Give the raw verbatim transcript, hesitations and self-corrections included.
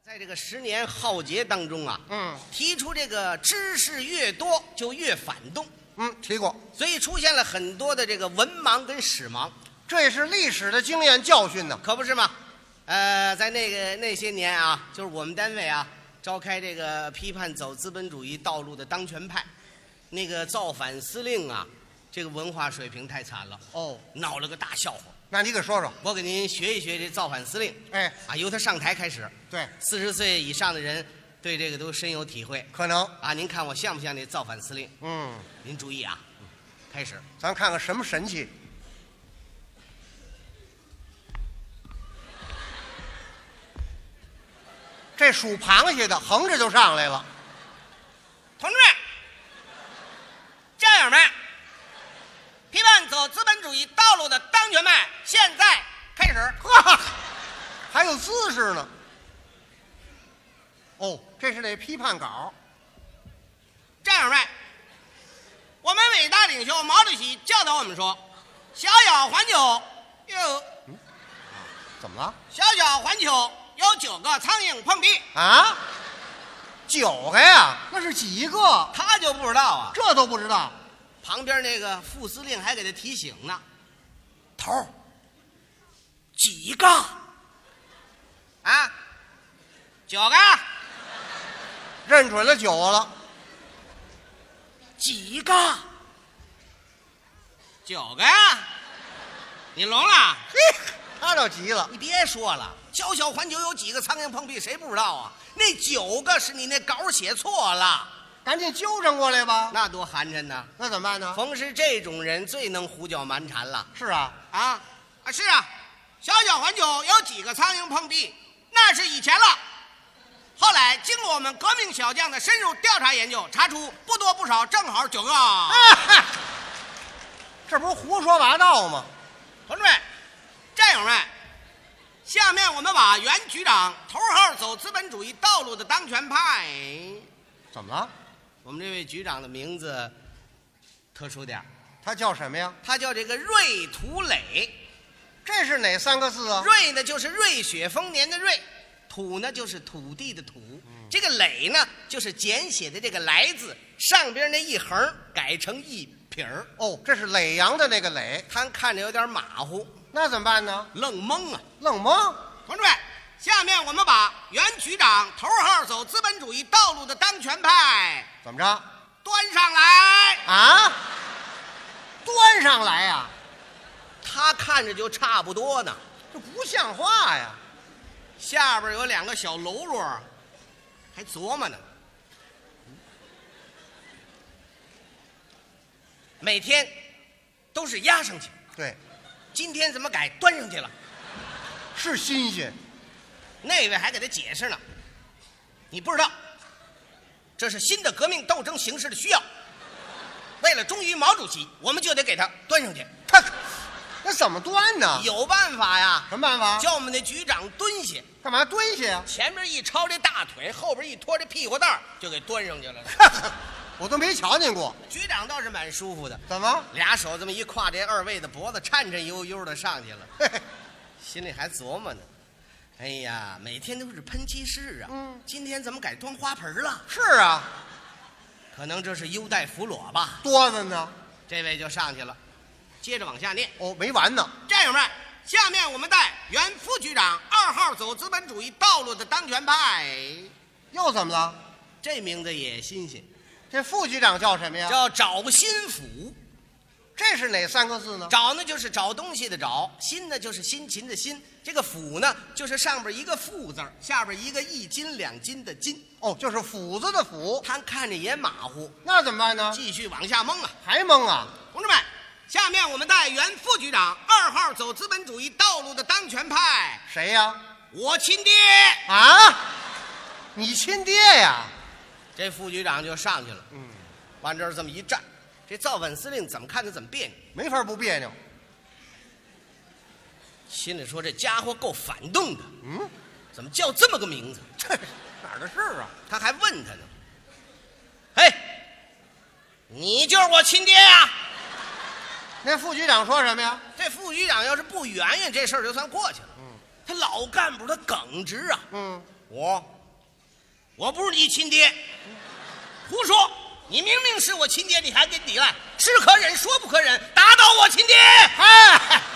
在这个十年浩劫当中啊， 嗯提出这个知识越多就越反动， 嗯，提过， 所以出现了很多的这个文盲跟史盲， 这也是历史的经验教训呢。 可不是吗？呃，在那个那些年啊，就是我们单位啊召开这个批判走资本主义道路的当权派，那个造反司令啊，这个文化水平太惨了， 哦， 闹了个大笑话。 那你给说说。 我给您学一学这造反司令哎， 啊，由他上台开始， 对， 四十岁以上的人对这个都深有体会可能。 啊。您看我像不像那造反司令？ 嗯， 您注意啊，开始。 咱看看什么神气。这属螃蟹的横着就上来了。 同志们、战友们，批判走资本主义道路的当权派现在开始。 呵，还有姿势呢。哦，这是那批判稿。 战友们，我们伟大领袖毛主席教导我们说：“小小环球有怎么了？ 小小环球有九个苍蝇碰壁。” 啊？九个呀？那是几个？ 他就不知道啊， 这都不知道。 旁边那个副司令还给他提醒呢：“头儿，几个？啊，九个？ 认准了九个了。 几个？九个呀？你聋了？ 嘿，他倒急了。 你别说了，小小环球有几个苍蝇碰壁，谁不知道啊？那九个是你那稿写错了， 赶紧纠正过来吧。 那多寒碜呢！ 那怎么办呢？ 逢是这种人，最能胡搅蛮缠了。 是啊， 啊啊，是啊，小小环球有几个苍蝇碰壁，那是以前了。后来经过我们革命小将的深入调查研究，查出不多不少，正好九个。 哎，这不是胡说八道吗？ 同志们、战友们，下面我们把原局长头号走资本主义道路的当权派， 怎么了？ 我们这位局长的名字特殊点儿， 他叫什么呀？ 他叫这个瑞土磊。 这是哪三个字啊？ 瑞呢就是瑞雪丰年的瑞，土呢就是土地的土，嗯、这个磊呢就是简写的这个来字，上边那一横改成一撇儿。 哦，这是耒阳的那个耒。 他看着有点马虎， 那怎么办呢？ 愣懵啊！ 愣懵。 同志们，下面我们把原局长头号走资本主义道路的当权派怎么着？ 端上来啊？端上来呀、啊？ 他看着就差不多呢， 这不像话呀！ 下边有两个小喽啰，还琢磨呢。每天都是压上去， 对， 今天怎么改端上去了？ 是新鲜。 那位还给他解释呢，你不知道，这是新的革命斗争形势的需要。为了忠于毛主席，我们就得给他端上去。 他那怎么端呢？ 有办法呀。 什么办法？ 叫我们那局长蹲下。 干嘛蹲下呀？ 前面一抄这大腿，后边一拖这屁股蛋儿，就给端上去了。 我都没瞧见过。 局长倒是蛮舒服的， 怎么？ 俩手这么一挎这二位的脖子，颤颤悠悠的上去了。 嘿嘿， 心里还琢磨呢，哎呀，每天都是喷漆式啊， 嗯， 今天怎么改端花盆了？ 是啊， 可能这是优待俘虏吧。 多的呢。 这位就上去了，接着往下念。 哦，没完呢。 战友们，下面我们带原副局长二号走资本主义道路的当权派。 又怎么了？ 这名字也新鲜， 这副局长叫什么呀？ 叫找心腹。 这是哪三个字呢？ 找呢就是找东西的找，辛呢就是辛勤的辛，这个府呢就是上边一个富字，下边一个一斤两斤的斤。 哦，就是斧子的斧。 他看着也马虎， 那怎么办呢？ 继续往下蒙啊！ 还蒙啊！ 同志们，下面我们带原副局长二号走资本主义道路的当权派。 谁呀？ 我亲爹啊！你亲爹呀？ 这副局长就上去了， 嗯， 往这儿这么一站，这造反司令怎么看着怎么别扭， 没法不别扭。 心里说这家伙够反动的， 嗯， 怎么叫这么个名字？ 这哪儿的事儿啊？ 他还问他呢，嘿，你就是我亲爹呀？ 那副局长说什么呀？ 这副局长要是不圆圆，这事儿就算过去了。 嗯， 他老干部他耿直啊。 嗯， 我我不是你亲爹。胡说！你明明是我亲爹，你还跟抵赖，是可忍，说不可忍，打倒我亲爹！ 哎。